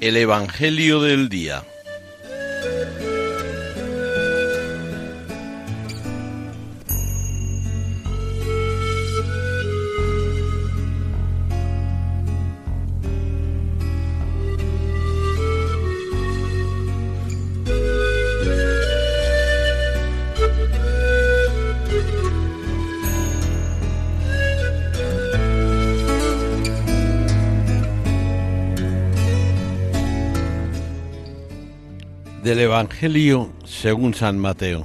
El Evangelio del día. Del Evangelio según San Mateo.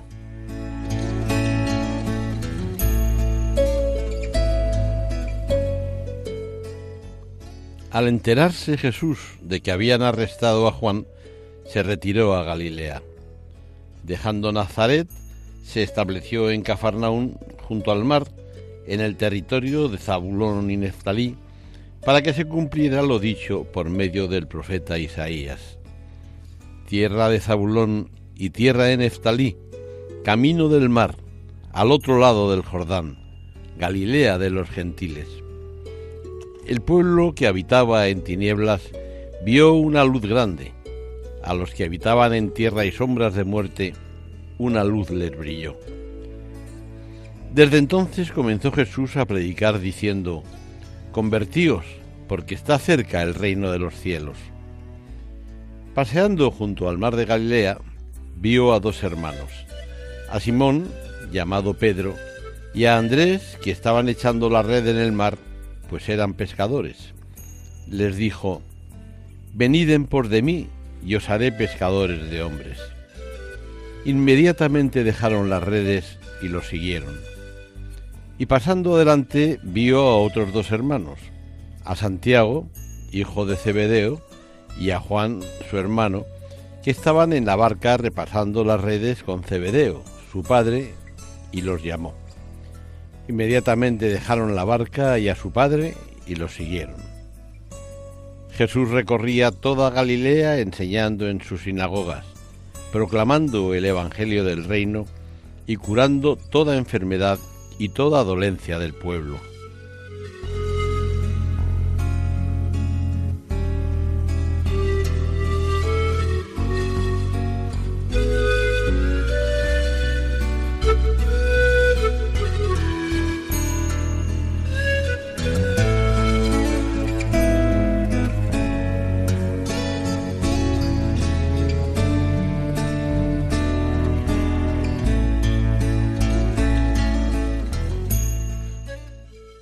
Al enterarse Jesús de que habían arrestado a Juan, se retiró a Galilea. Dejando Nazaret, se estableció en Cafarnaún, junto al mar, en el territorio de Zabulón y Neftalí, para que se cumpliera lo dicho por medio del profeta Isaías. Tierra de Zabulón y tierra de Neftalí, camino del mar, al otro lado del Jordán, Galilea de los gentiles. El pueblo que habitaba en tinieblas vio una luz grande. A los que habitaban en tierra y sombras de muerte, una luz les brilló. Desde entonces comenzó Jesús a predicar diciendo: «Convertíos, porque está cerca el reino de los cielos». Paseando junto al mar de Galilea, vio a dos hermanos, a Simón, llamado Pedro, y a Andrés, que estaban echando la red en el mar, pues eran pescadores. Les dijo: «Venid en pos de mí, y os haré pescadores de hombres». Inmediatamente dejaron las redes y los siguieron. Y pasando adelante, vio a otros dos hermanos, a Santiago, hijo de Zebedeo, y a Juan, su hermano, que estaban en la barca repasando las redes con Zebedeo, su padre, y los llamó. Inmediatamente dejaron la barca y a su padre y los siguieron. Jesús recorría toda Galilea enseñando en sus sinagogas, proclamando el Evangelio del reino y curando toda enfermedad y toda dolencia del pueblo.